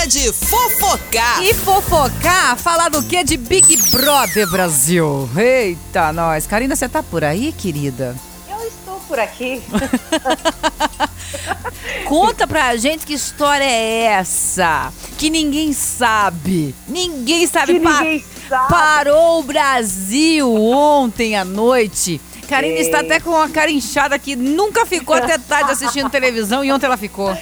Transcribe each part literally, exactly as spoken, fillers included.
hora de fofocar. E fofocar, falar do quê? De Big Brother Brasil. Eita, nós. Karina, você tá por aí, querida? Eu estou por aqui. Conta pra gente que história é essa, que ninguém sabe. Ninguém sabe. Que Pa- ninguém sabe. Parou o Brasil ontem à noite. Karina está até com a cara inchada que nunca ficou até tarde assistindo televisão e ontem ela ficou.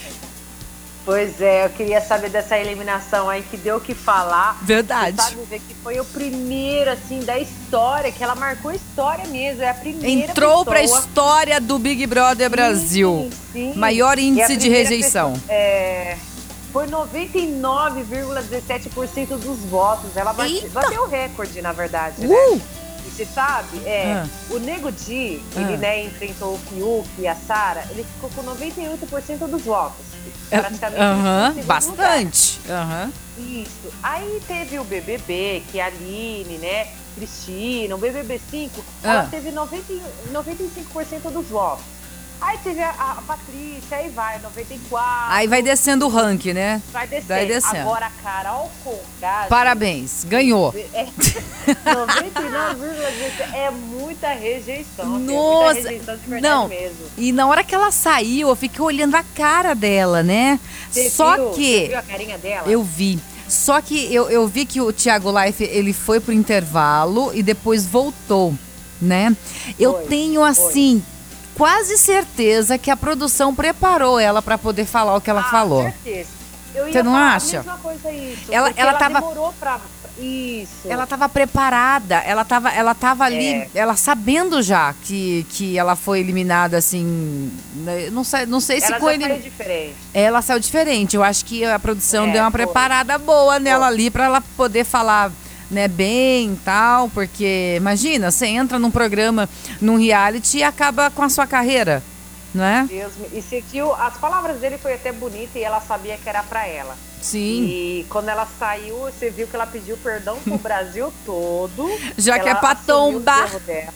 Pois é, eu queria saber dessa eliminação aí que deu o que falar. Verdade. Você sabe ver que foi o primeiro, assim, da história, que ela marcou história mesmo, é a primeira Entrou pessoa. pra história do Big Brother Brasil. Sim, sim. Maior E a índice de primeira rejeição. pessoa, é, foi noventa e nove vírgula dezessete por cento dos votos. Ela bate, Eita! bateu o recorde, na verdade, Uh! né? E você sabe, é, Ah. o Nego Di, Ah. ele, né, enfrentou o Fiuk e a Sara, ele ficou com noventa e oito por cento dos votos. Praticamente Aham, em segundo lugar. bastante. Aham. Isso. Aí teve o B B B, que a Aline, né, Cristina, o B B B cinco, ela Ah. teve noventa, noventa e cinco por cento dos votos. Aí teve a, a Patrícia, aí vai, noventa e quatro por cento. Aí vai descendo o ranking, né? Vai descendo. vai descendo. Agora a Carol Conká... Parabéns, ganhou. É, noventa e nove vírgula dezessete é muita rejeição. assim, é Nossa, muita rejeição de verdade não. mesmo. E na hora que ela saiu, eu fiquei olhando a cara dela, né? Você Só viu, Você que viu a carinha dela? eu vi. Só que eu, eu vi que o Thiago Life, ele foi pro intervalo e depois voltou, né? Eu Foi, tenho assim quase certeza que a produção preparou ela pra poder falar o que ela Ah, falou. certeza. Eu ia Você não falar acha? a mesma coisa isso. Ela- porque ela ela tava- demorou pra... Isso. Ela tava preparada, ela tava, ela tava ali, É. ela sabendo já que, que ela foi eliminada assim, né, não sei, não sei se Ela com já ele, saiu diferente. ela saiu diferente. Eu acho que a produção É, deu uma foi. preparada boa nela ali pra ela poder falar, né, bem e tal, porque imagina, você entra num programa, num reality e acaba com a sua carreira, não é? Deus me... E sentiu... As palavras dele foi até bonita e ela sabia que era pra ela. Sim. E quando ela saiu, você viu que ela pediu perdão pro Brasil todo. Já que é Ela pra assumiu o tombar. erro dela.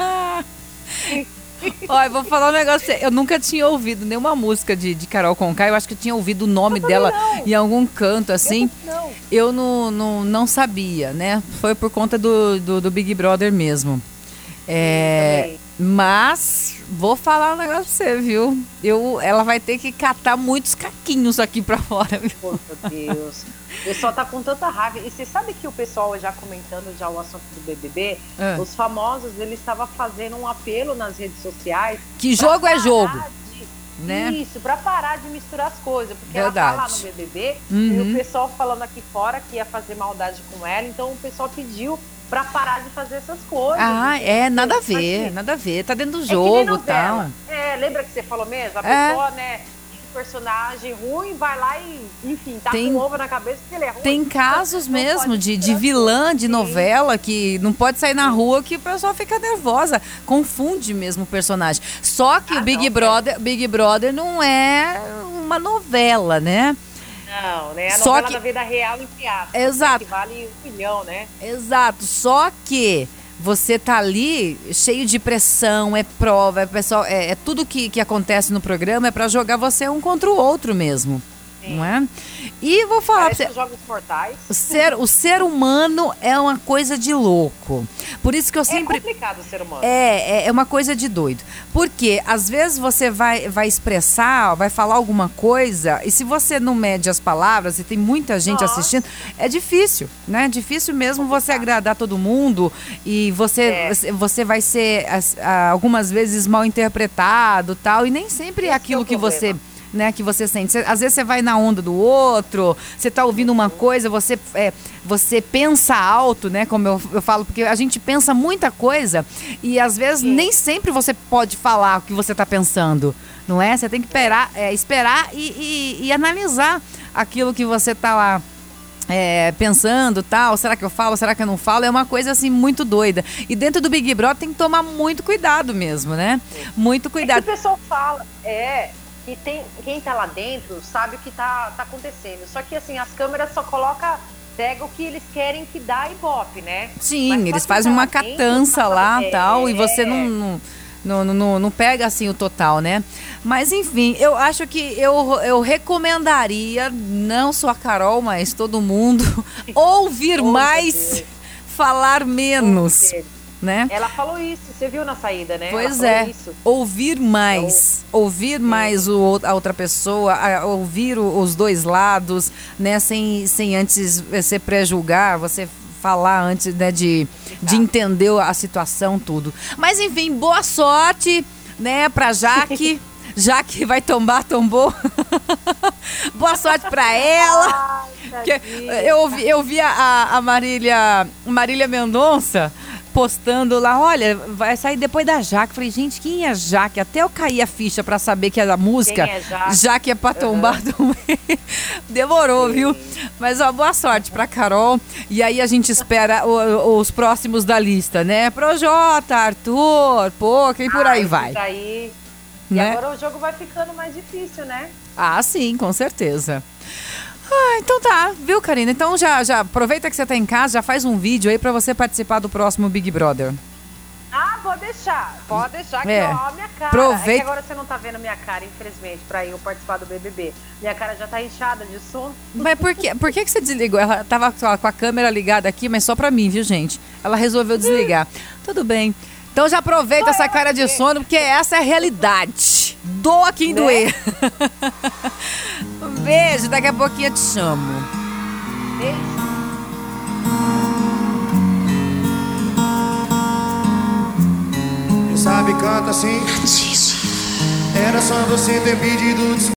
Olha, vou falar um negócio pra você. Eu nunca tinha ouvido nenhuma música de, de Carol Conká. Eu acho que eu tinha ouvido o nome Eu também dela não. em algum canto, assim. Eu não. Eu não, não, não sabia, né? Foi por conta do, do, do Big Brother mesmo. É, também. mas vou falar um negócio pra você, viu? Eu, ela vai ter que catar muitos caquinhos aqui pra fora, viu? Oh, meu Deus. O pessoal tá com tanta raiva. E você sabe que o pessoal já comentando já o assunto do B B B, Ah. os famosos, eles estavam fazendo um apelo nas redes sociais. Que pra jogo é parar jogo, de- né? Isso, pra parar de misturar as coisas. Porque Verdade. ela tá lá no B B B Uhum. e o pessoal falando aqui fora que ia fazer maldade com ela. Então o pessoal pediu pra parar de fazer essas coisas. Ah, é, nada a Mas, ver, assim, nada a ver. Tá dentro do é que nem jogo e novela. tal. É, lembra que você falou mesmo? A É. pessoa, né, tem um personagem ruim, vai lá e, enfim, tá Tem- com ovo na cabeça porque ele é ruim. Tem casos Não mesmo pode de, de misturar vilã de Sim. novela que não pode sair na rua que o pessoal fica nervosa, confunde mesmo o personagem. Só que Ah, o Big não, Brother, Big Brother não é uma novela, né? Não, né? A Só novela que- da vida real entre aspas. Exato. Que vale um milhão, né? Exato. Só que você tá ali cheio de pressão, é prova, é pessoal, é, é tudo que, que acontece no programa é pra jogar você um contra o outro mesmo, Sim. não é? E vou falar pra Parece você, os Jogos Mortais. o ser, o ser humano é uma coisa de louco. Por isso que eu sempre É complicado o ser humano. É, é, é uma coisa de doido. Porque às vezes você vai, vai expressar, vai falar alguma coisa, e se você não mede as palavras, e tem muita gente Nossa. assistindo, é difícil, né? É difícil mesmo você agradar todo mundo e você, É. você, você vai ser as- ah, algumas vezes mal interpretado tal, e nem sempre é Esse aquilo é o que você. problema. Né, que você sente. Cê- às vezes você vai na onda do outro, você tá ouvindo uma coisa, você, é, você pensa alto, né? Como eu, eu falo, porque a gente pensa muita coisa e às vezes Sim. nem sempre você pode falar o que você tá pensando, não é? Você tem que esperar, é, esperar e, e- e analisar aquilo que você tá lá. É, pensando tal, será que eu falo, será que eu não falo? É uma coisa assim muito doida. E dentro do Big Brother tem que tomar muito cuidado mesmo, né? Muito É que cuidado. o pessoal fala, é, que tem, quem tá lá dentro sabe o que tá, tá acontecendo. Só que assim, as câmeras só colocam, pega o que eles querem que dá ibope, né? Sim, Mas só eles quem fazem tá uma lá dentro catança sabe- lá é, tal, e você é. não, não, Não, não, não pega assim o total, né? Mas enfim, eu acho que eu, eu recomendaria, não só a Carol, mas todo mundo, ouvir Oh, mais, falar menos, Deus. né? Ela falou isso, você viu na saída, né? Pois Ela é, falou isso. ouvir mais, ouvir mais o, a outra pessoa, a- ouvir o- os dois lados, né? Sem, sem antes você pré-julgar, você falar antes, né, de, de entender a situação, tudo. Mas enfim, boa sorte, né, pra Jaque. Jaque vai tombar, tombou. Boa sorte pra ela. Ai, Que tadinha. eu, ouvi- eu vi a, a Marília, Marília Mendonça postando lá, olha, vai sair depois da Jaque. Falei, gente, quem é Jaque? Até eu caí a ficha pra saber que a música Quem é Jaque? Jaque é pra tombar também. Demorou, Sim. viu? Mas ó, boa sorte pra Carol. E aí a gente espera o- os próximos da lista, né? Projota, Arthur, Poca e por aí Ai, vai. isso aí. E Né? agora o jogo vai ficando mais difícil, né? Ah, sim, com certeza. Ah, então tá, viu, Karina? Então já, já aproveita que você tá em casa, já faz um vídeo aí pra você participar do próximo Big Brother. Ah, pode deixar. Pode deixar que É. ó, a minha cara. Aproveita- É que agora você não tá vendo minha cara, infelizmente, pra eu participar do B B B. Minha cara já tá inchada de sono. Mas por, que, por que, que você desligou? Ela tava com a- com a câmera ligada aqui, mas só pra mim, viu, gente? Ela resolveu desligar. Tudo bem. Então já aproveita essa cara de sono, porque essa é a realidade. Doa quem Né? doer. Um beijo, daqui a pouquinho eu te chamo. Beijo. Quem sabe canta assim. Era só você ter pedido desculpa.